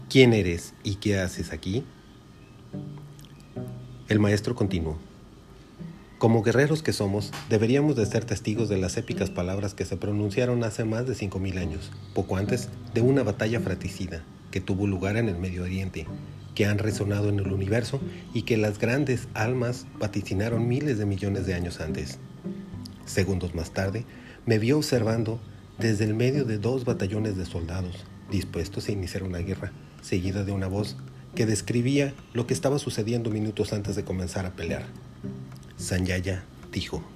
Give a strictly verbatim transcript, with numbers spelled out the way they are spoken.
¿Quién eres y qué haces aquí? El maestro continuó. Como guerreros que somos, deberíamos de ser testigos de las épicas palabras que se pronunciaron hace más de cinco mil años, poco antes de una batalla fratricida que tuvo lugar en el Medio Oriente, que han resonado en el universo y que las grandes almas vaticinaron miles de millones de años antes. Segundos más tarde, me vio observando desde el medio de dos batallones de soldados, dispuestos a iniciar una guerra, seguida de una voz que describía lo que estaba sucediendo minutos antes de comenzar a pelear. Sanjaya dijo: